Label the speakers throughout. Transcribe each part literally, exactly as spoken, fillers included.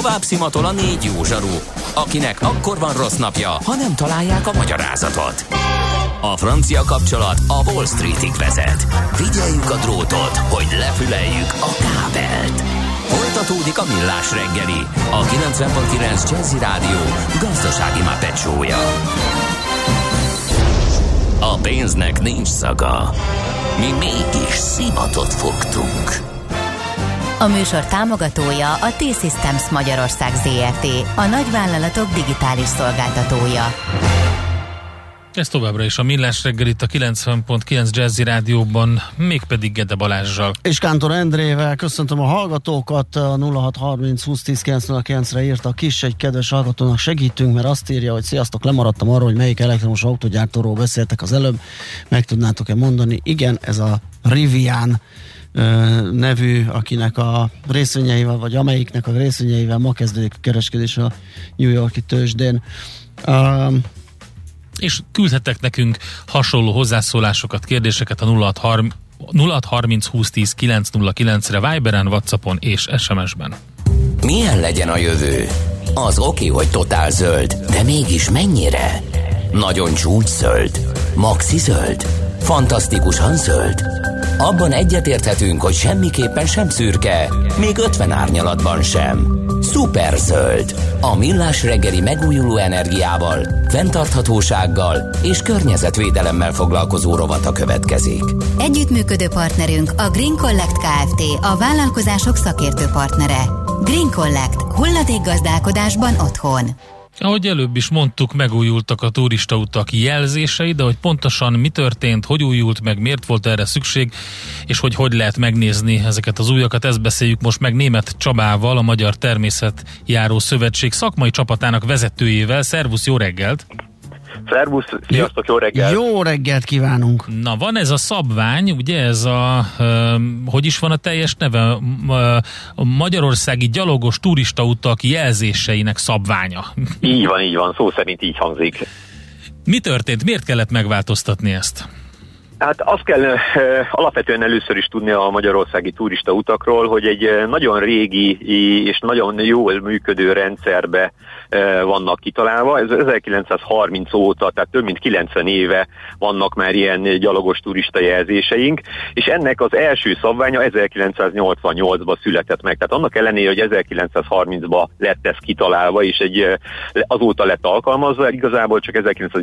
Speaker 1: Tovább szimatol a négy jó zsaru, akinek akkor van rossz napja, ha nem találják a magyarázatot. A francia kapcsolat a Wall Streetig vezet. Figyeljük a drótot, hogy lefüleljük a kábelt. Folytatódik a Millás reggeli, a kilencven pont kilenc Jazzy Rádió gazdasági Muppet show-ja. A pénznek nincs szaga. Mi mégis szimatot fogtunk.
Speaker 2: A műsor támogatója a T-Systems Magyarország Zrt., a nagyvállalatok digitális szolgáltatója.
Speaker 3: Ez továbbra is a Millás reggel itt a kilencven pont kilenc Jazzy Rádióban, mégpedig Gede Balázssal.
Speaker 4: És Kántor Endrével köszöntöm a hallgatókat, a nulla hat harminc húsz tíz kilenc nulla kilencre írta a kis, egy kedves hallgatónak segítünk, mert azt írja, hogy sziasztok, lemaradtam arról, hogy melyik elektromos autógyártóról beszéltek az előbb, meg tudnátok-e mondani? Igen, ez a Rivian nevű, akinek a részvényeivel, vagy amelyiknek a részvényeivel ma kezdődik a kereskedés a New York-i tőzsdén. Um,
Speaker 3: és küldhettek nekünk hasonló hozzászólásokat, kérdéseket a nulla hat harminc húsz tíz kilenc nulla kilencre Viberen, WhatsAppon és es em es-ben.
Speaker 1: Milyen legyen a jövő? Az oké, hogy totál zöld, de mégis mennyire? Nagyon csúcs zöld? Maxi zöld? Fantasztikusan zöld? Abban egyetérthetünk, hogy semmiképpen sem szürke, még ötven árnyalatban sem. Szuper zöld. A Millás reggeli megújuló energiával, fenntarthatósággal és környezetvédelemmel foglalkozó rovata következik.
Speaker 2: Együttműködő partnerünk a Green Collect Kft., a vállalkozások szakértő partnere. Green Collect. Hulladékgazdálkodásban otthon.
Speaker 3: Ahogy előbb is mondtuk, megújultak a turistautak jelzései, de hogy pontosan mi történt, hogy újult meg, miért volt erre szükség, és hogy hogy lehet megnézni ezeket az újakat, ezt beszéljük most meg Németh Csabával, a Magyar Természetjáró Szövetség szakmai csapatának vezetőjével. Szervusz, jó reggelt!
Speaker 5: Szervusz, sziasztok, jó reggelt!
Speaker 4: Jó reggelt kívánunk!
Speaker 3: Na, van ez a szabvány, ugye ez a, uh, hogy is van a teljes neve? Uh, a magyarországi gyalogos turistautak jelzéseinek szabványa.
Speaker 5: Így van, így van, szó szerint így hangzik.
Speaker 3: Mi történt? Miért kellett megváltoztatni ezt?
Speaker 5: Hát azt kell e, alapvetően először is tudni a magyarországi turistautakról, hogy egy nagyon régi és nagyon jól működő rendszerbe e, vannak kitalálva. Ez ezerkilencszázharminc óta, tehát több mint kilencven éve vannak már ilyen gyalogos turista jelzéseink, és ennek az első szabványa ezerkilencszáznyolcvannyolcban született meg. Tehát annak ellenére, hogy ezerkilencszázharmincban lett ez kitalálva, és egy, azóta lett alkalmazva, igazából csak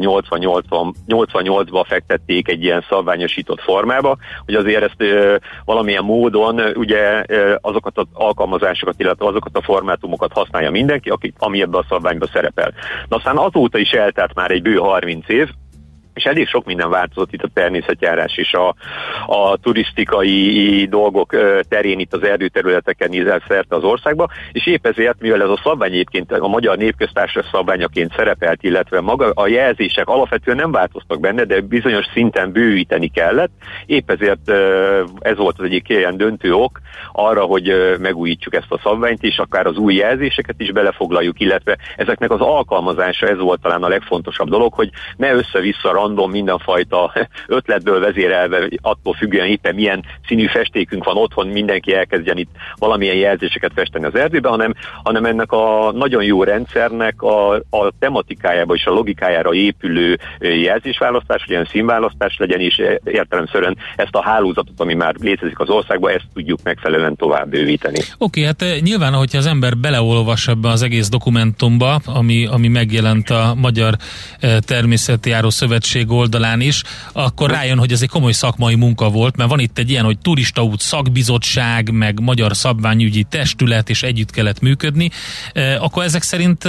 Speaker 5: ezerkilencszáznyolcvannyolcban fektették egy ilyen szabványt szabványosított formába, hogy azért ezt ö, valamilyen módon ö, ugye ö, azokat az alkalmazásokat, illetve azokat a formátumokat használja mindenki, aki, ami ebben a szabványban szerepel. Na aztán azóta is eltelt már egy bő harminc év, és elég sok minden változott itt a természetjárás és a, a turisztikai dolgok terén itt az erdőterületeken nézel szerte az országba, és épp ezért, mivel ez a szabvány egyébként a Magyar Népköztársaság szabványaként szerepelt, illetve maga a jelzések alapvetően nem változtak benne, de bizonyos szinten bővíteni kellett, épp ezért ez volt az egyik ilyen döntő ok arra, hogy megújítsuk ezt a szabványt, és akár az új jelzéseket is belefoglaljuk, illetve ezeknek az alkalmazása, ez volt talán a legfontosabb dolog, hogy ne össze-vissza random mindenfajta ötletből vezérelve, attól függően éppen milyen színű festékünk van otthon, mindenki elkezdjen itt valamilyen jelzéseket festeni az erdőbe, hanem, hanem ennek a nagyon jó rendszernek a, a tematikájába és a logikájára épülő jelzésválasztás, hogy ilyen színválasztás legyen, és értelemszerűen ezt a hálózatot, ami már létezik az országban, ezt tudjuk megfelelően tovább bővíteni.
Speaker 3: Oké, okay, hát nyilván, ahogyha az ember beleolvas ebbe az egész dokumentumba, ami, ami megjelent a Magyar Természetjáró Szövetség oldalán is, akkor rájön, hogy ez egy komoly szakmai munka volt, mert van itt egy ilyen, hogy turistaút szakbizottság, meg Magyar Szabványügyi Testület, és együtt kellett működni, akkor ezek szerint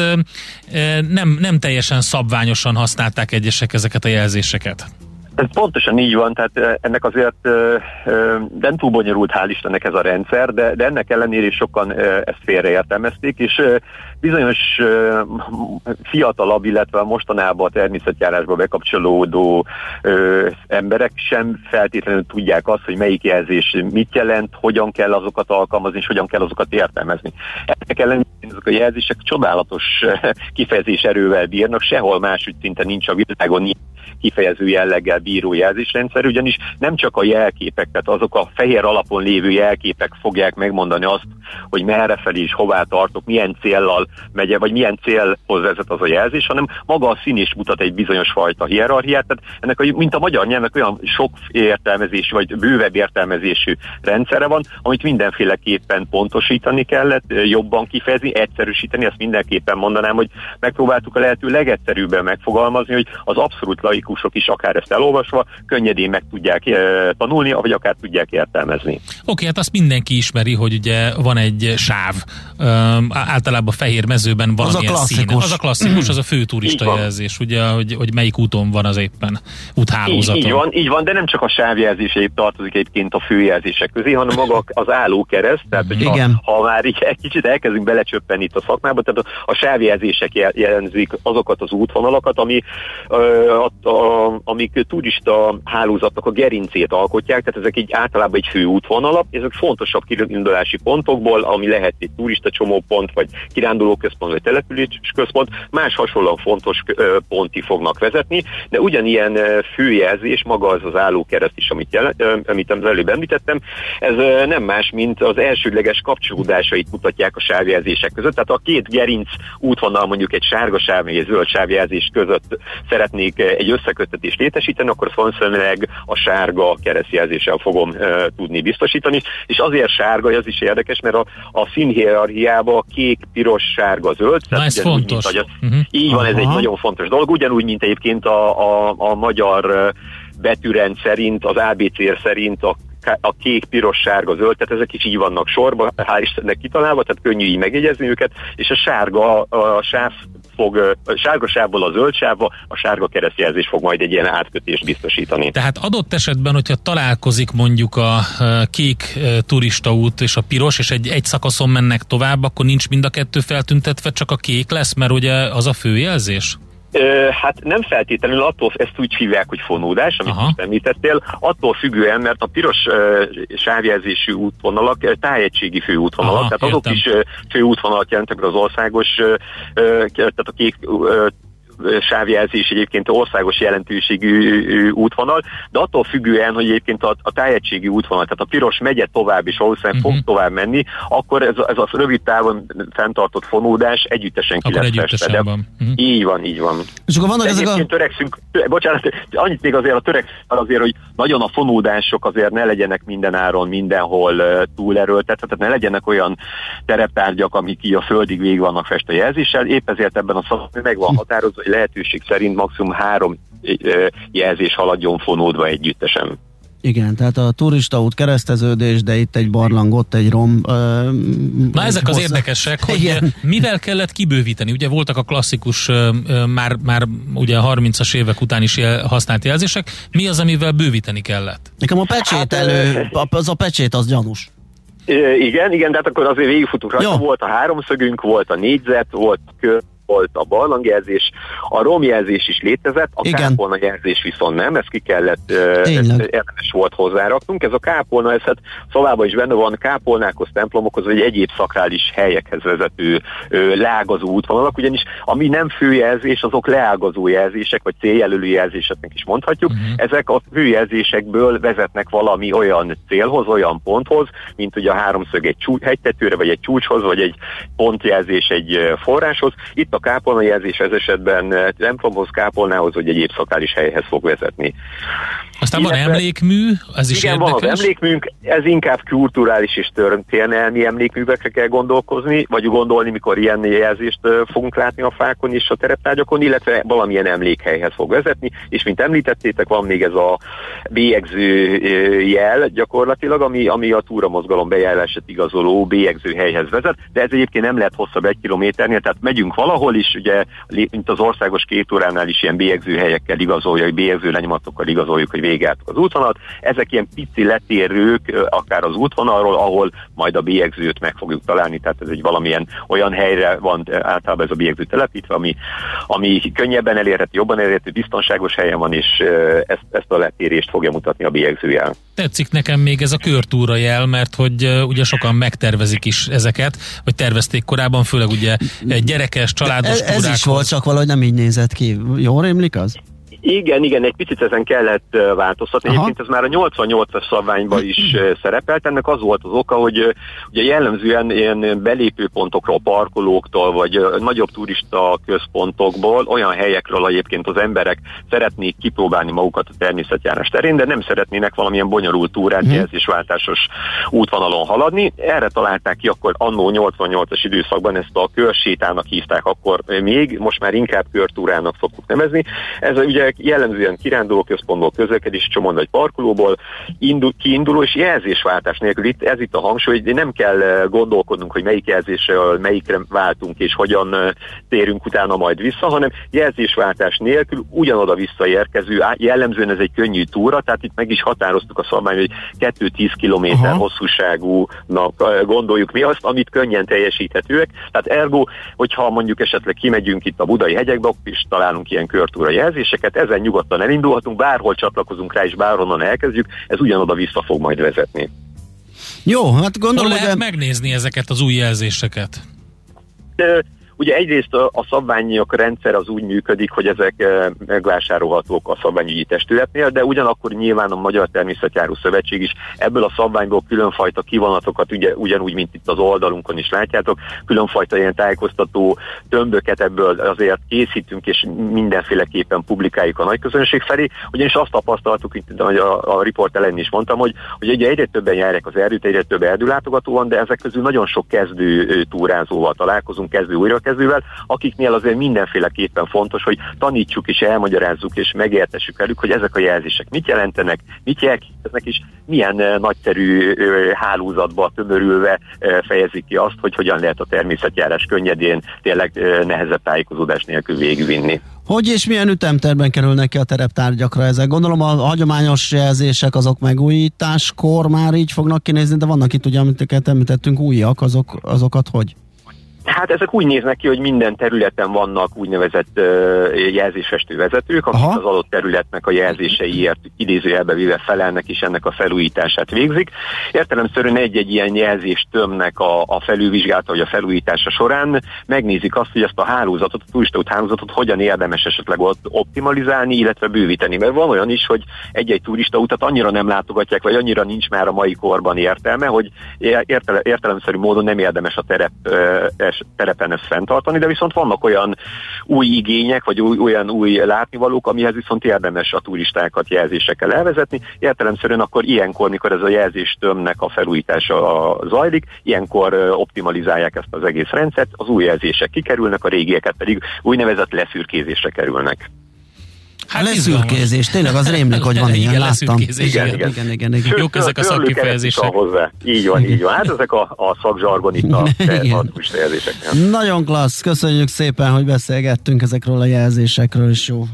Speaker 3: nem, nem teljesen szabványosan használták egyesek ezeket a jelzéseket.
Speaker 5: Ez pontosan így van, tehát ennek azért nem túl bonyolult, hál' Istennek ez a rendszer, de, de ennek ellenére is sokan ezt félreértelmezték, és bizonyos fiatalabb, illetve mostanában a természetjárásba bekapcsolódó emberek sem feltétlenül tudják azt, hogy melyik jelzés mit jelent, hogyan kell azokat alkalmazni, és hogyan kell azokat értelmezni. Ennek ellenére ezek a jelzések csodálatos kifejezés erővel bírnak, sehol máshogy szinte nincs a világon kifejező jelleggel bíró jelzésrendszer, ugyanis nem csak a jelképek, tehát azok a fehér alapon lévő jelképek fogják megmondani azt, hogy merrefelé és hová tartok, milyen céllal megy, vagy milyen célhoz vezet az a jelzés, hanem maga a szín is mutat egy bizonyos fajta hierarchiát, tehát ennek, a, mint a magyar nyelvnek olyan sok értelmezésű, vagy bővebb értelmezésű rendszere van, amit mindenféleképpen pontosítani kellett, jobban kifejezni, egyszerűsíteni, azt mindenképpen mondanám, hogy megpróbáltuk a lehető legegyszerűbben megfogalmazni, hogy az abszolút laikusok is akár ezt elolvasva könnyedén meg tudják e, tanulni, vagy akár tudják értelmezni.
Speaker 3: Oké, okay, hát azt mindenki ismeri, hogy ugye van egy sáv, um, általában fehér mezőben valamilyen szín. Az a klasszikus, az a fő turista jelzés, ugye, hogy, hogy melyik úton van az éppen úthálózaton.
Speaker 5: Így, így van, így van, de nem csak a sávjelzés épp tartozik egyébként a főjelzések közé, hanem maga az állókereszt, tehát hogyha, ha már így egy kicsit elkezdünk belecsöppenni itt a szakmába, tehát a, a sávjelzések jelzik azokat az útvonalakat, ami, ö, a, a, amik turista hálózatnak a gerincét alkotják, tehát ezek így általában egy fő útvonalak, ezek fontosabb kiindulási pontokból, ami lehet egy turista csomópont, vagy kirándulóközpont, vagy településközpont, más hasonlóan fontos ö, pontig fognak vezetni, de ugyanilyen főjelzés, maga az az állókereszt is, amit, jel, amit az előbb említettem, ez nem más, mint az elsődleges kapcsolódásait mutatják a sávjelzések között. Tehát a két gerinc útvonal, mondjuk egy sárga sáv és egy zöld sávjelzés között szeretnék egy összeköttetést létesíteni, akkor valószínűleg a sárga keresztjelzéssel fogom uh, tudni biztosítani. És azért sárga, az is érdekes, mert a, a színhierarchiában a kék, piros, sárga, zöld.
Speaker 3: Na ez fontos.
Speaker 5: Úgy, mint, uh-huh. Így van, ez Aha. egy nagyon fontos dolog. Ugyanúgy, mint egyébként a, a, a magyar betűrend szerint, az á bé cé szerint a a kék, piros, sárga, zöld, tehát ezek is így vannak sorba, hál' Istennek kitalálva, tehát könnyű így megjegyezni őket, és a sárga a sáv fog, a sárga sávból a zöld sávba, a sárga keresztjelzés fog majd egy ilyen átkötést biztosítani.
Speaker 3: Tehát adott esetben, hogyha találkozik mondjuk a kék turistaút és a piros, és egy, egy szakaszon mennek tovább, akkor nincs mind a kettő feltüntetve, csak a kék lesz, mert ugye az a főjelzés?
Speaker 5: Ö, hát nem feltétlenül, attól ezt úgy hívják, hogy fonódás, amit Aha. most említettél, attól függően, mert a piros uh, sávjelzésű útvonalak uh, tájegységi főútvonalak, Aha, tehát azok értem. is uh, főútvonalak jelentek az országos, uh, uh, tehát a kék uh, sávjelzés egyébként országos jelentőségű útvonal, de attól függően, hogy egyébként a, a tájegységi útvonal, tehát a piros megye tovább és valószínűleg uh-huh. fog tovább menni, akkor ez, ez a rövid távon fenntartott fonódás együttesen ki lesz festve. Uh-huh. Így van, így van.
Speaker 4: És akkor vannak ezek a...
Speaker 5: törekszünk, bocsánat, annyit még azért a törekszünk azért, hogy nagyon a fonódások azért ne legyenek minden áron, mindenhol uh, túlerőltetve, tehát ne legyenek olyan tereptárgyak, amik így a földig végig vannak festve jelzéssel, épp ezért ebben a szakmában meg van határozva, lehetőség szerint maximum három jelzés haladjon fonódva együttesen.
Speaker 4: Igen, tehát a turistaút kereszteződés, de itt egy barlang, ott egy rom. Uh,
Speaker 3: Na ezek hozzá... az érdekesek, hogy Igen. mivel kellett kibővíteni? Ugye voltak a klasszikus, uh, már, már ugye a harmincas évek után is jel, használt jelzések. Mi az, amivel bővíteni kellett?
Speaker 4: Nekem a pecsételő, hát, az a pecsét az gyanús.
Speaker 5: Igen, igen, de hát akkor azért végigfutunk rajta. Volt a háromszögünk, volt a négyzet, volt a kör, volt a barlangjelzés, a romjelzés is létezett, a Igen. kápolna jelzés viszont nem, ezt ki kellett, érdemes volt hozzáraknunk. Ez a kápolna, ez hát szavában is benne van, kápolnákhoz, templomokhoz, vagy egyéb szakrális helyekhez vezető ö, leágazó útvonalak, ugyanis ami nem főjelzés, azok leágazó jelzések, vagy céljelölő jelzéseknek is mondhatjuk. Uh-huh. Ezek a főjelzésekből vezetnek valami olyan célhoz, olyan ponthoz, mint ugye a háromszög egy csúcs, hegytetőre, vagy egy csúcshoz, vagy egy pontjelzés egy forráshoz. Itt a kápolnajelzés ez esetben templomhoz, kápolnához, vagy egyéb szakrális helyhez fog vezetni.
Speaker 3: Aztán van emlékmű, ez is
Speaker 5: igen,
Speaker 3: érdekes.
Speaker 5: Van az emlékműnk, ez inkább kulturális és történelmi emlékművekre kell gondolkozni, vagy gondolni, mikor ilyen jelzést fogunk látni a fákon és a tereptárgyakon, illetve valamilyen emlékhelyhez fog vezetni, és mint említettétek, van még ez a bélyegző jel gyakorlatilag, ami, ami a túramozgalom bejárását igazoló bélyegző helyhez vezet, de ez egyébként nem lehet hosszabb egy kilométernél, tehát megyünk valahol is, ugye, mint az országos két óránál is ilyen bélyegző helyekkel igazolja, bélyegző lenyomatokkal igazoljuk, hogy végeljártuk az útvonalat. Ezek ilyen pici letérők, akár az útvonalról, ahol majd a bélyegzőt meg fogjuk találni, tehát ez egy valamilyen olyan helyre van általában ez a bélyegző telepítve, ami, ami könnyebben elérhető, jobban elérhető, biztonságos helyen van, és ezt, ezt a letérést fogja mutatni a bélyegzőjel.
Speaker 3: Tetszik nekem még ez a körtúra jel, mert hogy uh, ugye sokan megtervezik is ezeket, vagy tervezték korábban, főleg ugye gyerekes, családos
Speaker 4: ez, ez is volt, csak valahogy nem így nézett ki. Jól rémlik az?
Speaker 5: Igen, igen, egy picit ezen kellett változtatni. Aha. Egyébként ez már a nyolcvannyolcas szabványban is szerepelt. Ennek az volt az oka, hogy ugye jellemzően ilyen belépőpontokról, parkolóktól, vagy nagyobb turista központokból, olyan helyekről egyébként az emberek szeretnék kipróbálni magukat a természetjárás terén, de nem szeretnének valamilyen bonyolult túrát, hmm. jelzésváltásos útvonalon haladni. Erre találták ki akkor annó nyolcvannyolcas időszakban, ezt a körsétának hívták akkor még, most már inkább körtúrának szoktuk nevezni. Ez ugye jellemzően kirándulóközpontból, közlekedési csomón vagy parkolóból indul, kiinduló és jelzésváltás nélkül. Itt, ez itt a hangsúly, hogy nem kell gondolkodnunk, hogy melyik jelzésről melyikre váltunk és hogyan térünk utána majd vissza, hanem jelzésváltás nélkül ugyanoda visszaérkező, jellemzően ez egy könnyű túra, tehát itt meg is határoztuk a szabvány, hogy kettő-tíz kilométer hosszúságúnak gondoljuk mi azt, amit könnyen teljesíthetőek. Tehát ergo, hogyha mondjuk esetleg kimegyünk itt a budai hegyekbe, és találunk ilyen körtúra jelzéseket, ezen nyugodtan elindulhatunk, bárhol csatlakozunk rá, és bárhonnan elkezdjük, ez ugyanoda vissza fog majd vezetni.
Speaker 4: Jó, hát gondolom,
Speaker 3: hogy... lehet
Speaker 4: de...
Speaker 3: megnézni ezeket az új jelzéseket?
Speaker 5: De, ugye egyrészt a, a szabványok rendszer az úgy működik, hogy ezek e, megvásárolhatók a szabványügyi testületnél, de ugyanakkor nyilván a Magyar Természetjáró Szövetség is ebből a szabványból különfajta kivonatokat, ugye, ugyanúgy, mint itt az oldalunkon is látjátok, különfajta ilyen tájékoztató tömböket ebből azért készítünk, és mindenféleképpen publikáljuk a nagyközönség felé, ugyanis azt tapasztaltuk, mint ahogy a, a riport elején is mondtam, hogy, hogy ugye egyre többen járják az erdőt, egyre több erdőlátogató van, de ezek közül nagyon sok kezdő túrázóval találkozunk, kezdő újra kezővel, akiknél azért mindenféleképpen fontos, hogy tanítsuk és elmagyarázzuk és megértessük velük, hogy ezek a jelzések mit jelentenek, mit jelentnek, és milyen nagyszerű hálózatba tömörülve fejezik ki azt, hogy hogyan lehet a természetjárás könnyedén, tényleg nehezebb tájékozódás nélkül végigvinni.
Speaker 4: Hogy és milyen ütemterben kerülnek ki a tereptárgyakra ezek? Gondolom a hagyományos jelzések azok megújításkor már így fognak kinézni, de vannak itt ugye, amit említettünk, újak, azok, azokat hogy?
Speaker 5: Hát ezek úgy néznek ki, hogy minden területen vannak úgynevezett uh, jelzésfestő vezetők, akik Aha. az adott területnek a jelzéseiért idézőjelbe véve felelnek, és ennek a felújítását végzik. Értelemszerűen egy-egy ilyen jelzéstömbnek a, a felülvizsgálata vagy a felújítása során megnézik azt, hogy ezt a hálózatot, a turistaút hálózatot hogyan érdemes esetleg ott optimalizálni, illetve bővíteni. Mert van olyan is, hogy egy-egy turistautat annyira nem látogatják, vagy annyira nincs már a mai korban értelme, hogy értele, értelemszerű módon nem érdemes a terep uh, terepen ezt fenntartani, de viszont vannak olyan új igények, vagy új, olyan új látnivalók, amihez viszont érdemes a turistákat jelzésekkel elvezetni. Értelemszerűen akkor ilyenkor, mikor ez a jelzéstömbnek a felújítása zajlik, ilyenkor optimalizálják ezt az egész rendszert, az új jelzések kikerülnek, a régieket pedig úgynevezett leszürkézésre kerülnek.
Speaker 4: Hát leszürkézés, tényleg az rémlik, hogy van ilyen, láttam.
Speaker 5: Igen, igen.
Speaker 4: igen, igen, igen, igen.
Speaker 3: Jók ezek a szakkifejezések.
Speaker 5: Így van, így van. Hát ezek a, a szakzsargon itt a jelzéseknél.
Speaker 4: Nagyon klassz, köszönjük szépen, hogy beszélgettünk ezekről a jelzésekről, és jó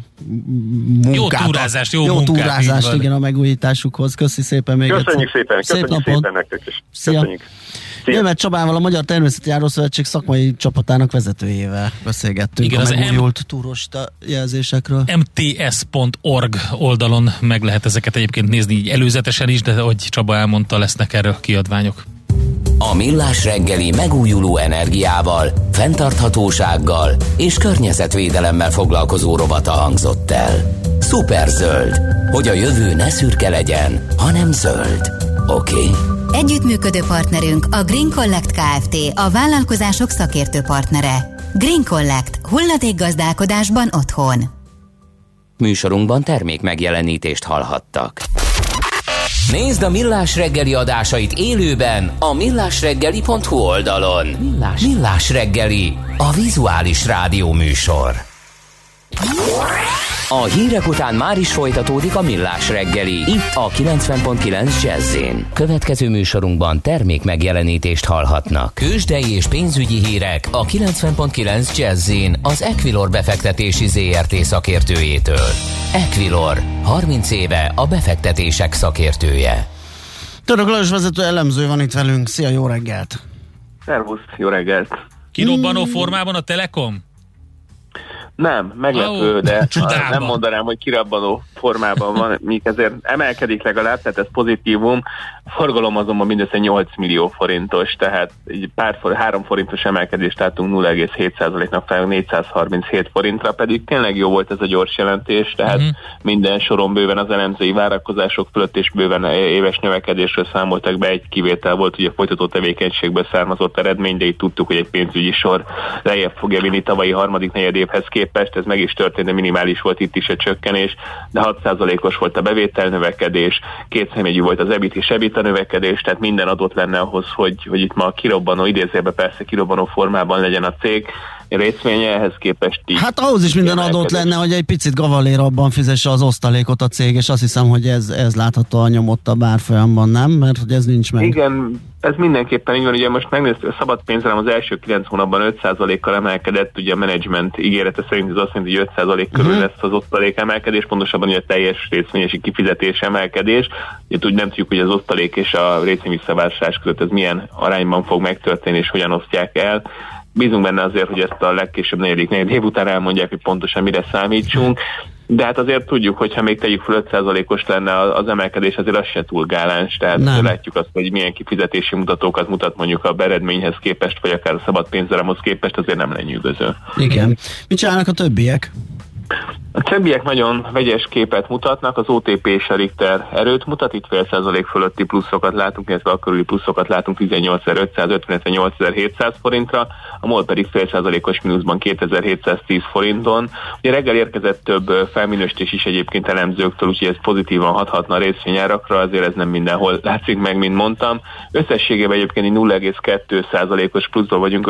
Speaker 4: munkát.
Speaker 3: Jó túrázást, jó,
Speaker 4: jó
Speaker 3: munkát. Jó
Speaker 4: túrázást, igen, a megújításukhoz. Köszi szépen még
Speaker 5: Köszönjük
Speaker 4: egyszer.
Speaker 5: szépen, köszönjük
Speaker 4: Szép
Speaker 5: szépen nektek is. Köszönjük.
Speaker 4: Németh Csabával, a Magyar Természetjáró Szövetség szakmai csapatának vezetőjével beszélgettünk igen, a megújult M- turista jelzésekről.
Speaker 3: em té es pont org oldalon meg lehet ezeket egyébként nézni így előzetesen is, de ahogy Csaba elmondta, lesznek erről kiadványok.
Speaker 1: A Millás reggeli megújuló energiával, fenntarthatósággal és környezetvédelemmel foglalkozó rovata hangzott el. Szuperzöld, hogy a jövő ne szürke legyen, hanem zöld. Oké? Okay?
Speaker 2: Együttműködő partnerünk a Green Collect Kft., a vállalkozások szakértő partnere. Green Collect. Hulladékgazdálkodásban otthon.
Speaker 1: Műsorunkban termék megjelenítést hallhattak. Nézd a Millás reggeli adásait élőben a millásreggeli pont hu oldalon. Millás, Millás reggeli, a vizuális rádió műsor. A hírek után már is folytatódik a Millás reggeli, itt a kilencven pont kilenc Jazz-in. Következő műsorunkban termék megjelenítést hallhatnak. Tőzsdei és pénzügyi hírek a kilencven pont kilenc Jazz-in az Equilor befektetési zé er té szakértőjétől. Equilor, harminc éve a befektetések szakértője.
Speaker 4: Török Lajos vezető elemző van itt velünk. Szia, jó reggelt!
Speaker 6: Szervusz, jó reggelt!
Speaker 3: Kirobbanó formában a Telekom?
Speaker 6: Nem, meglepő,
Speaker 3: oh,
Speaker 6: de
Speaker 3: csodában.
Speaker 6: Nem mondanám, hogy kirabbanó formában van, míg ezért emelkedik legalább, tehát ez pozitívum. A forgalom azonban mindössze nyolc millió forintos, tehát így pár for, három forintos emelkedést látunk nulla egész hét százaléknak fel négyszázharminchét forintra, pedig tényleg jó volt ez a gyors jelentés, tehát uh-huh. minden soron bőven az elemzői várakozások fölött és bőven éves növekedésről számoltak be, egy kivétel volt, ugye a folytató tevékenységből származott eredmény, de így tudtuk, hogy egy pénzügyi sor lejjebb fogja vinni tavalyi harmadik negyedévhez képest, ez meg is történt, de minimális volt itt is a csökkenés, de hat százalékos volt a bevételnövekedés, kétszemjegyű volt az EBIT és EBITDA növekedés, tehát minden adott lenne ahhoz, hogy, hogy itt ma a kirobbanó, idézőjelben persze kirobbanó formában legyen a cég, részvénye ehhez képest így.
Speaker 4: Hát ahhoz is minden adott lenne, hogy egy picit gavalérabban fizesse az osztalékot a cég, és azt hiszem, hogy ez, ez láthatóan nyomottabb árfolyamban, nem? Mert hogy ez nincs meg.
Speaker 6: Igen, ez mindenképpen így van, ugye most megnéztük, a szabad pénzrám az első kilenc hónapban öt százalékkal emelkedett, ugye a menedzsment ígérete szerint ez azt jelenti, hogy öt százalék körül uh-huh. lesz az osztalék emelkedés, pontosabban ugye a teljes részvényesi kifizetés emelkedés. Ugye úgy nem tudjuk, hogy az osztalék és a részvény visszavásárlás között ez milyen arányban fog megtörténni, és hogyan osztják el. Bízunk benne azért, hogy ezt a legkésőbb negyedik negyed év után elmondják, hogy pontosan mire számítsunk, de hát azért tudjuk, hogy ha még tegyük fel öt százalékos lenne az emelkedés, azért az se túl gáláns, tehát nem. Látjuk azt, hogy milyen kifizetési mutatókat mutat mondjuk a eredményhez képest, vagy akár a szabad pénzremhoz képest, azért nem lenyűgöző.
Speaker 4: Igen. Mit csinálnak a többiek?
Speaker 6: A többiek nagyon vegyes képet mutatnak, az o té pé és a Richter erőt mutat, itt fél százalék fölötti pluszokat látunk, illetve a körüli pluszokat látunk tizennyolcezer-ötszázötven, illetve nyolcezer-hétszáz forintra, a MOL pedig fél százalékos mínuszban kétezer-hétszáztíz forinton. Ugye reggel érkezett több felminősítés is egyébként elemzőktől, úgyhogy ez pozitívan hathatna a részvényárakra, azért ez nem mindenhol látszik meg, mint mondtam. Összességében egyébként nulla egész kettő százalékos pluszban vagyunk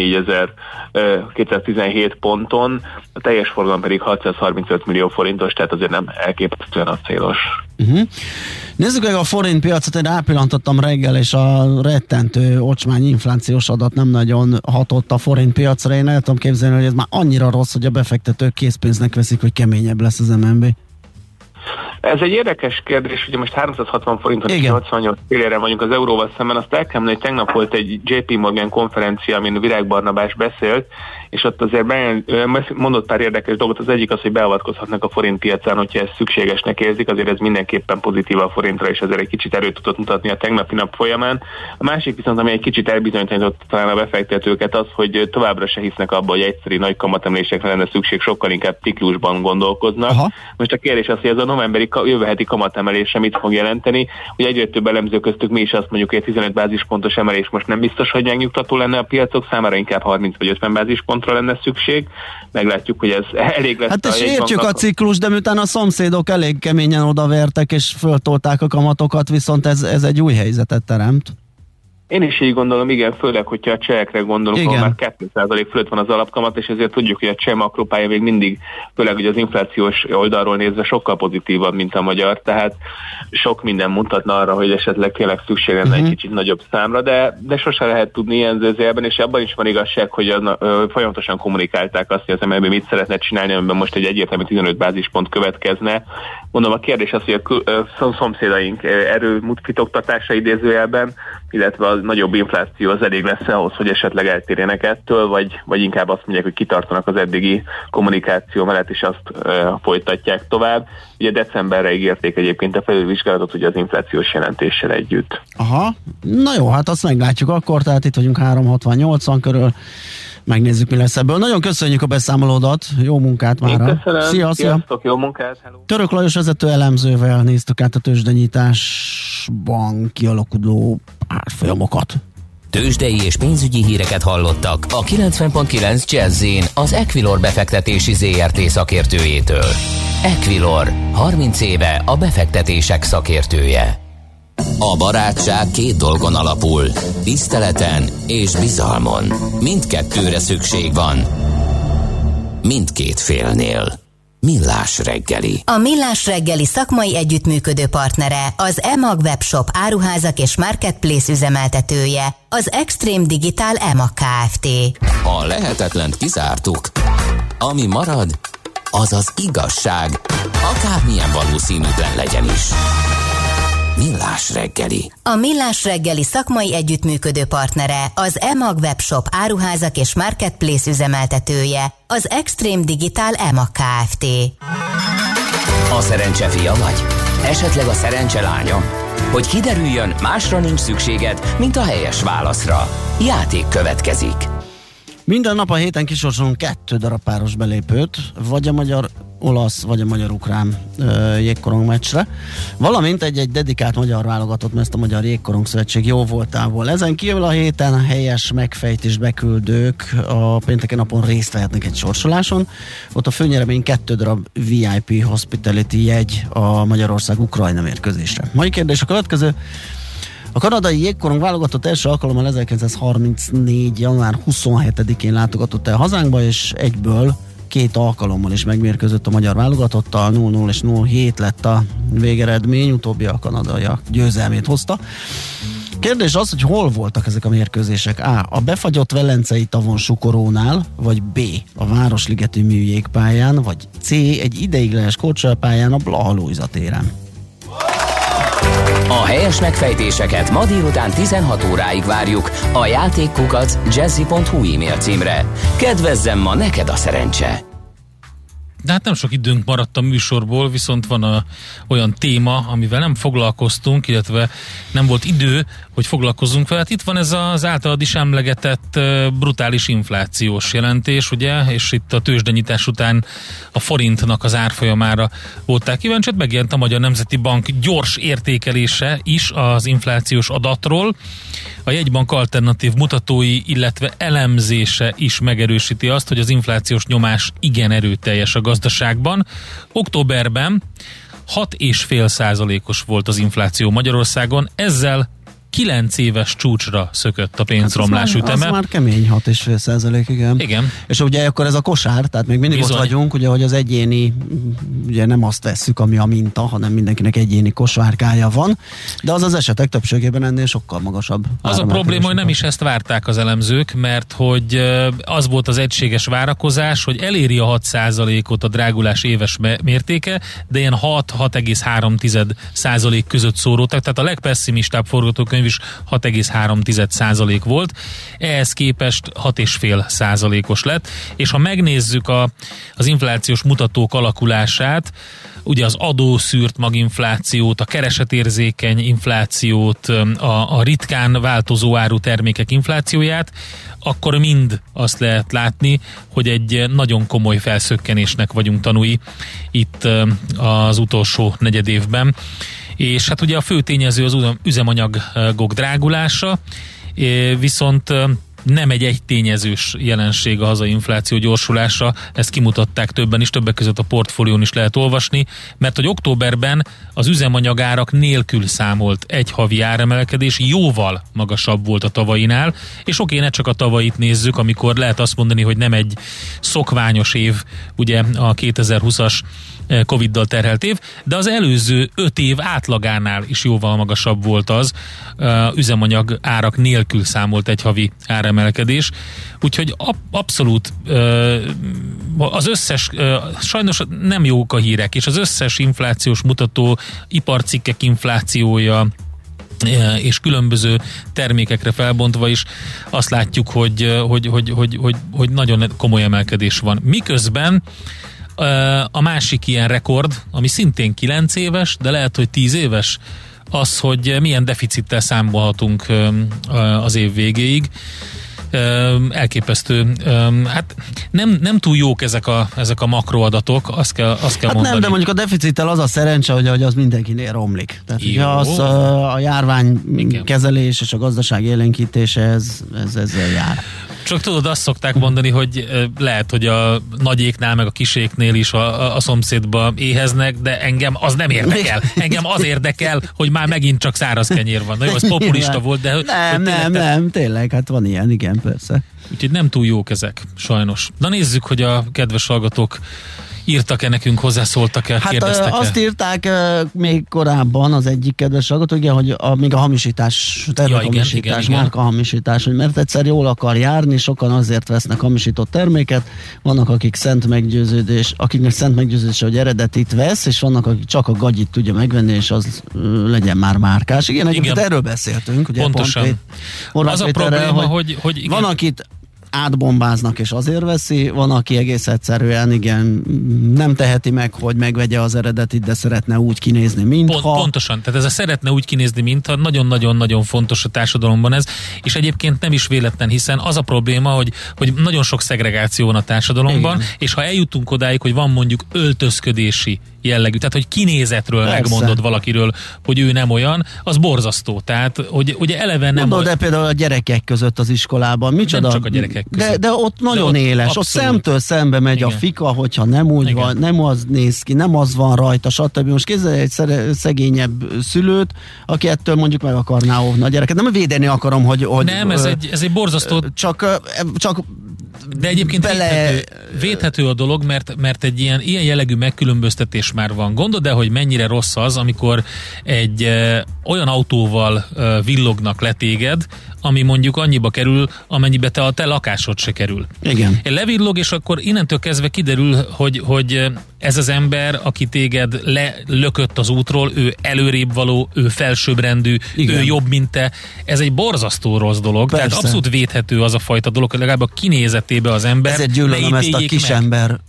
Speaker 6: ötvennégyezer-kétszáztizenhét ponton, a teljes forgalom pedig hatszázharmincöt millió forintos, tehát azért nem elképesztően a célos.
Speaker 4: Uh-huh. Nézzük meg a forint piacot, én rápillantottam reggel, és a rettentő ocsmány inflációs adat nem nagyon hatott a forint piacra. Én el tudom képzelni, hogy ez már annyira rossz, hogy a befektetők készpénznek veszik, hogy keményebb lesz az em en bé.
Speaker 6: Ez egy érdekes kérdés, ugye most háromszázhatvan forinton és nyolcvannyolc fillére vagyunk az euróval szemben, azt el kell mondani, hogy tegnap volt egy jé pé Morgan konferencia, amin Virág Barnabás beszélt, és ott azért mondott pár érdekes dolgot, az egyik az, hogy beavatkozhatnak a forint piacán, hogyha ez szükségesnek érzik, azért ez mindenképpen pozitív a forintra, és ezért egy kicsit erőt tudott mutatni a tegnapi nap folyamán. A másik viszont, ami egy kicsit elbizonyított talán a befektetőket, az, hogy továbbra se hisznek abba, hogy egyszerű nagy kamatemelésekre lenne szükség, sokkal inkább ciklusban gondolkoznak. Aha. Most a kérdés az, hogy ez a novemberi jövő heti kamatemelése mit fog jelenteni. Ugye egyre több elemző köztük mi is azt mondjuk, hogy a tizenöt bázispontos emelés most nem biztos, hogy megnyugtató lenne a piacok számára, inkább harminc vagy ötven bázispontra lenne szükség. Meglátjuk, hogy ez elég lesz.
Speaker 4: Hát és értjük a ciklus, de miután a szomszédok elég keményen odavertek és föltolták a kamatokat, viszont ez, ez egy új helyzetet teremt.
Speaker 6: Én is így gondolom, igen, főleg, hogyha a csehekre gondolunk, ahol már két százalék fölött van az alapkamat, és ezért tudjuk, hogy a cseh makropálya még mindig, főleg hogy az inflációs oldalról nézve sokkal pozitívabb, mint a magyar, tehát sok minden mutatna arra, hogy esetleg tényleg szükség lenne uh-huh. egy kicsit nagyobb számra, de, de sose lehet tudni ilyen zőzélben, és abban is van igazság, hogy az, ö, folyamatosan kommunikálták azt, hogy az em en bé mit szeretne csinálni, amiben most egy egyértelmű tizenöt bázispont következne. Mondom, a kérdés az, hogy a szomszédaink erőfitoktatása idézőjelben, illetve a nagyobb infláció az elég lesz ahhoz, hogy esetleg eltérjenek ettől, vagy, vagy inkább azt mondják, hogy kitartanak az eddigi kommunikáció mellett, és azt uh, folytatják tovább. Ugye decemberre ígérték egyébként a felülvizsgálatot, ugye az inflációs jelentéssel együtt.
Speaker 4: Aha, na jó, hát azt meglátjuk akkor, tehát itt vagyunk három hatvan-nyolcvan körül, megnézzük, mi lesz ebből. Nagyon köszönjük a beszámolódat, jó munkát mára.
Speaker 6: Köszönöm,
Speaker 4: szia,
Speaker 6: sziasztok, jó munkát. Hello.
Speaker 4: Török Lajos vezető elemzővel néztük át a tőzsdenyításban kialakuló árfolyamokat.
Speaker 1: Tőzsdei és pénzügyi híreket hallottak a kilencven pont kilenc Jazz-in az Equilor befektetési zé er té szakértőjétől. Equilor, harminc éve a befektetések szakértője. A barátság két dolgon alapul, tiszteleten és bizalmon. Mindkettőre szükség van. Mindkét félnél. Millás reggeli.
Speaker 2: A Millás reggeli szakmai együttműködő partnere, az e-mag webshop áruházak és marketplace üzemeltetője, az Extreme Digital e-mag Kft.
Speaker 1: A lehetetlent kizártuk. Ami marad, az az igazság, akármilyen valószínűtlen legyen is. Millás reggeli.
Speaker 2: A Millás reggeli szakmai együttműködő partnere, az e-mag webshop áruházak és marketplace üzemeltetője, az Extreme Digital e-mag Kft.
Speaker 1: A szerencse fia vagy? Esetleg a szerencse lánya? Hogy kiderüljön, másra nincs szükséged, mint a helyes válaszra. Játék következik.
Speaker 4: Minden nap a héten kisorsolunk kettő darab páros belépőt, vagy a magyar-olasz, vagy a magyar-ukrán uh, jégkorong meccsre, valamint egy-egy dedikált magyar válogatott, mert ezt a Magyar Jégkorong Szövetség jó voltából. Ezen kívül a héten a helyes megfejtés beküldők a pénteken napon részt vehetnek egy sorsoláson. Ott a főnyeremény kettő darab vé i pé Hospitality jegy a Magyarország-Ukrajna mérkőzésre. Mai kérdés a következő. A kanadai jégkorong válogatott első alkalommal ezerkilencszázharmincnégy. január huszonhetedikén látogatott el hazánkba, és egyből két alkalommal is megmérkőzött a magyar válogatottal, nulla nulla és nulla hét lett a végeredmény, utóbbi a kanadaiak győzelmét hozta. Kérdés az, hogy hol voltak ezek a mérkőzések? A. A befagyott velencei tavon Sukorónál, vagy B. A Városligeti műjégpályán, vagy C. Egy ideiglenes korcsolyapályán a Blaha Lujza téren.
Speaker 1: A helyes megfejtéseket ma délután tizenhat óráig várjuk a játékkukac jazzy pont hu e-mail címre. Kedvezzem ma neked a szerencse!
Speaker 3: De hát nem sok időnk maradt a műsorból, viszont van a, olyan téma, amivel nem foglalkoztunk, illetve nem volt idő, hogy foglalkozzunk vele. Hát itt van ez az általad is emlegetett uh, brutális inflációs jelentés, ugye, és itt a tőzsdenyítás után a forintnak az árfolyamára volták kíváncsi, megjelent a Magyar Nemzeti Bank gyors értékelése is az inflációs adatról. A jegybank alternatív mutatói, illetve elemzése is megerősíti azt, hogy az inflációs nyomás igen erőteljes a gazdaságban. Októberben hat egész öt százalékos volt az infláció Magyarországon, ezzel kilenc éves csúcsra szökött a pénzromlás
Speaker 4: hát
Speaker 3: üteme.
Speaker 4: Az már kemény hat egész öt százalék, igen.
Speaker 3: Igen.
Speaker 4: És ugye akkor ez a kosár, tehát még mindig
Speaker 3: Bizony.
Speaker 4: ott vagyunk, ugye, hogy az egyéni, ugye nem azt vesszük, ami a minta, hanem mindenkinek egyéni kosárkája van, de az az esetek többségében ennél sokkal magasabb.
Speaker 3: Az a probléma, hogy nem is ezt várták az elemzők, mert hogy az volt az egységes várakozás, hogy eléri a hat százalékot a drágulás éves mértéke, de ilyen hat-hat egész három százalék között szóródtak, tehát a legpesszimistább forgatókönyv is hat egész három százalék volt, ehhez képest hat egész öt százalékos lett, és ha megnézzük a, az inflációs mutatók alakulását, ugye az adószűrt maginflációt, a keresetérzékeny inflációt, a, a ritkán változó áru termékek inflációját, akkor mind azt lehet látni, hogy egy nagyon komoly felszökkenésnek vagyunk tanúi itt az utolsó negyed évben. És hát ugye a fő tényező az üzemanyagok drágulása, viszont nem egy egytényezős jelenség a hazai infláció gyorsulása, ezt kimutatták többen is, többek között a portfólión is lehet olvasni, mert hogy októberben az üzemanyagárak nélkül számolt egy havi áremelkedés jóval magasabb volt a tavainál, és oké, ne csak a tavait nézzük, amikor lehet azt mondani, hogy nem egy szokványos év, ugye a kétezer-húszas Coviddal terhelt év, de az előző öt év átlagánál is jóval magasabb volt az uh, üzemanyag árak nélkül számolt egy havi áremelkedés. Úgyhogy ab, abszolút uh, az összes, uh, sajnos nem jók a hírek, és az összes inflációs mutató, iparcikkek inflációja, és különböző termékekre felbontva is azt látjuk, hogy, hogy, hogy, hogy, hogy, hogy nagyon komoly emelkedés van. Miközben a másik ilyen rekord, ami szintén kilenc éves, de lehet, hogy tíz éves, az, hogy milyen deficittel számolhatunk az év végéig. Elképesztő. Hát nem, nem túl jók ezek a, ezek a makroadatok, azt kell, azt kell
Speaker 4: hát
Speaker 3: mondani.
Speaker 4: Nem, de mondjuk a deficittel az a szerencse, hogy, hogy az mindenkinél romlik. Tehát ugye az a, a járvány Igen. kezelés és a gazdaság élénkítése ez, ez ezzel jár.
Speaker 3: Csak tudod, azt szokták mondani, hogy lehet, hogy a nagyéknál meg a kiséknél is a, a szomszédba éheznek, de engem az nem érdekel. Engem az érdekel, hogy már megint csak száraz kenyér van. Na jó, ez populista volt, de...
Speaker 4: Nem,
Speaker 3: hogy
Speaker 4: nem, te... nem, tényleg, hát van ilyen, igen, persze.
Speaker 3: Úgyhogy nem túl jók ezek, sajnos. Na nézzük, hogy a kedves hallgatók írtak-e nekünk, hozzászóltak-e,
Speaker 4: hát
Speaker 3: kérdeztek-e?
Speaker 4: Azt írták uh, még korábban az egyik kedves hallgató, ugye, hogy a, még a hamisítás, termékhamisítás, ja, márkahamisítás, hogy mert egyszer jól akar járni, sokan azért vesznek hamisított terméket, vannak akik szent meggyőződés, akiknek szent meggyőződés, hogy eredetit vesz, és vannak akik csak a gagyit tudja megvenni, és az uh, legyen már márkás. Igen, egyébként erről beszéltünk, ugye
Speaker 3: pontosan.
Speaker 4: Pont, Orbán
Speaker 3: az
Speaker 4: Péterrel,
Speaker 3: a probléma,
Speaker 4: hogy,
Speaker 3: hogy, hogy igen.
Speaker 4: Van, akit átbombáznak, és azért veszi, van, aki egész egyszerűen, igen, nem teheti meg, hogy megvegye az eredetit, de szeretne úgy kinézni, mintha.
Speaker 3: Pont, pontosan, tehát ez a szeretne úgy kinézni, mintha nagyon-nagyon-nagyon fontos a társadalomban ez, és egyébként nem is véletlen, hiszen az a probléma, hogy, hogy nagyon sok szegregáció van a társadalomban, igen. És ha eljutunk odáig, hogy van mondjuk öltözködési jellegű, tehát hogy kinézetről persze. Megmondod valakiről, hogy ő nem olyan, az borzasztó. Tehát, hogy ugye eleve nem...
Speaker 4: Mondod, de például a gyerekek között az iskolában, micsoda?
Speaker 3: Nem csak a gyerekek között.
Speaker 4: De, de ott nagyon de ott éles, abszolút. Ott szemtől szembe megy igen. A fika, hogyha nem úgy igen. Van, nem az néz ki, nem az van rajta, stb. Most képzelj egy szegényebb szülőt, aki ettől mondjuk meg akarná óvni a gyereket. Nem védeni akarom, hogy... hogy
Speaker 3: nem, ez, ö, egy, ez egy borzasztó...
Speaker 4: Csak, csak
Speaker 3: de egyébként bele... védhető, védhető a dolog, mert, mert egy ilyen, ilyen jellegű megkülönböztetés már van. Gondold el, hogy mennyire rossz az, amikor egy e, olyan autóval e, villognak le téged, ami mondjuk annyiba kerül, amennyibe te a te lakásod se kerül.
Speaker 4: Igen.
Speaker 3: Levillog, és akkor innentől kezdve kiderül, hogy, hogy ez az ember, aki téged lelökött az útról, ő előrébb való, ő felsőbbrendű, igen. Ő jobb, mint te. Ez egy borzasztó rossz dolog. Persze. Tehát abszolút védhető az a fajta dolog, hogy legalább a kinézetébe az ember.
Speaker 4: Ezért gyűlölöm ezt a kisember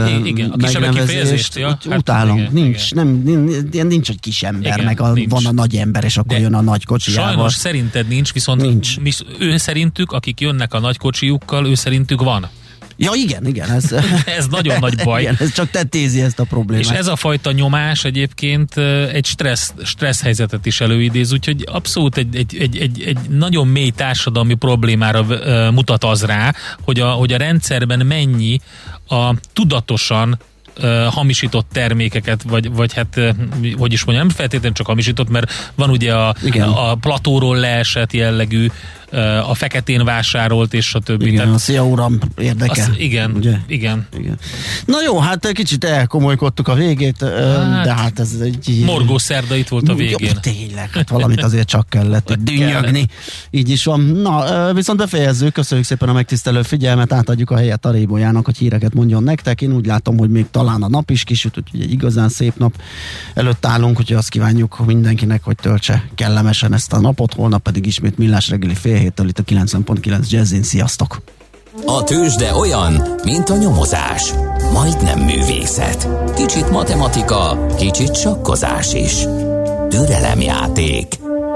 Speaker 3: megnevezést.
Speaker 4: Ja, utálom. Hát, nincs, nem, nincs, nincs egy kisember, igen, meg a, van a nagy ember, és akkor de jön a nagy kocsijával.
Speaker 3: Sajnos szerinted nincs, viszont nincs. Mi, ő szerintük, akik jönnek a nagy kocsijukkal, ő szerintük van.
Speaker 4: Ja, igen, igen. Ez,
Speaker 3: ez nagyon nagy baj.
Speaker 4: Igen, ez csak tetézi ezt a problémát.
Speaker 3: És ez a fajta nyomás egyébként egy stressz, stressz helyzetet is előidéz, úgyhogy abszolút egy, egy, egy, egy, egy nagyon mély társadalmi problémára mutat az rá, hogy a, hogy a rendszerben mennyi a tudatosan Uh, hamisított termékeket, vagy, vagy hát, uh, hogy is mondjam, nem feltétlenül csak hamisított, mert van ugye a, a, a platóról leesett jellegű, uh, a feketén vásárolt, és a többi.
Speaker 4: Igen, tehát, a szia uram érdeke.
Speaker 3: Az, igen, ugye? igen,
Speaker 4: igen. Na jó, hát kicsit elkomolykodtuk a végét, hát, de hát ez egy...
Speaker 3: Morgó szerda itt volt a végén.
Speaker 4: Jó, tényleg, hát valamit azért csak kellett dünnyögni. Így is van. Na, viszont befejezzük, köszönjük szépen a megtisztelő figyelmet, átadjuk a helyet a Rébolyának, hogy híreket mondjon nektek. Én úgy látom, hogy még talán a nap is kisüt, úgyhogy egy igazán szép nap előtt állunk, úgyhogy azt kívánjuk mindenkinek, hogy töltse kellemesen ezt a napot, holnap pedig ismét Millás reggeli fél héttől itt a kilencven pont kilenc Jazzin. Sziasztok!
Speaker 1: A tőzsde olyan, mint a nyomozás. Majdnem művészet. Kicsit matematika, kicsit sakkozás is. Türelemjáték.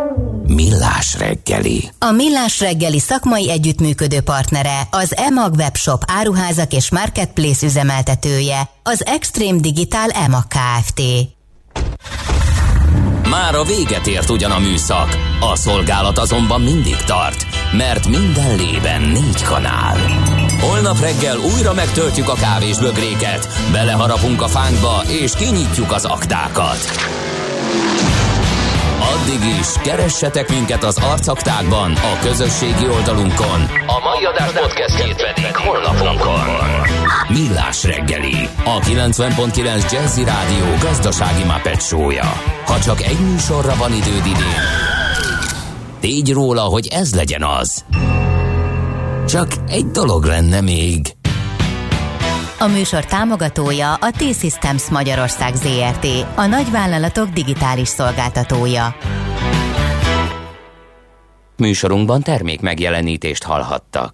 Speaker 1: Millás reggeli.
Speaker 2: A Millás reggeli szakmai együttműködő partnere, az e-mag webshop áruházak és marketplace üzemeltetője, az Extreme Digital e-mag Kft.
Speaker 1: Már a véget ért ugyan a műszak, a szolgálat azonban mindig tart, mert minden lében négy kanál. Holnap reggel újra megtöltjük a kávésbögréket, beleharapunk a fánkba és kinyitjuk az aktákat. Addig is keressetek minket az arcaktákban, a közösségi oldalunkon. A mai adás podcastjét pedig honlapunkon. Millás reggeli, a kilencven pont kilenc Jazzy Rádió gazdasági Muppet show-ja. Ha csak egy műsorra van időd idén, tégy róla, hogy ez legyen az. Csak egy dolog lenne még.
Speaker 2: A műsor támogatója a T-Systems Magyarország Zrt., a nagyvállalatok digitális szolgáltatója.
Speaker 1: Műsorunkban termék megjelenítést hallhattak.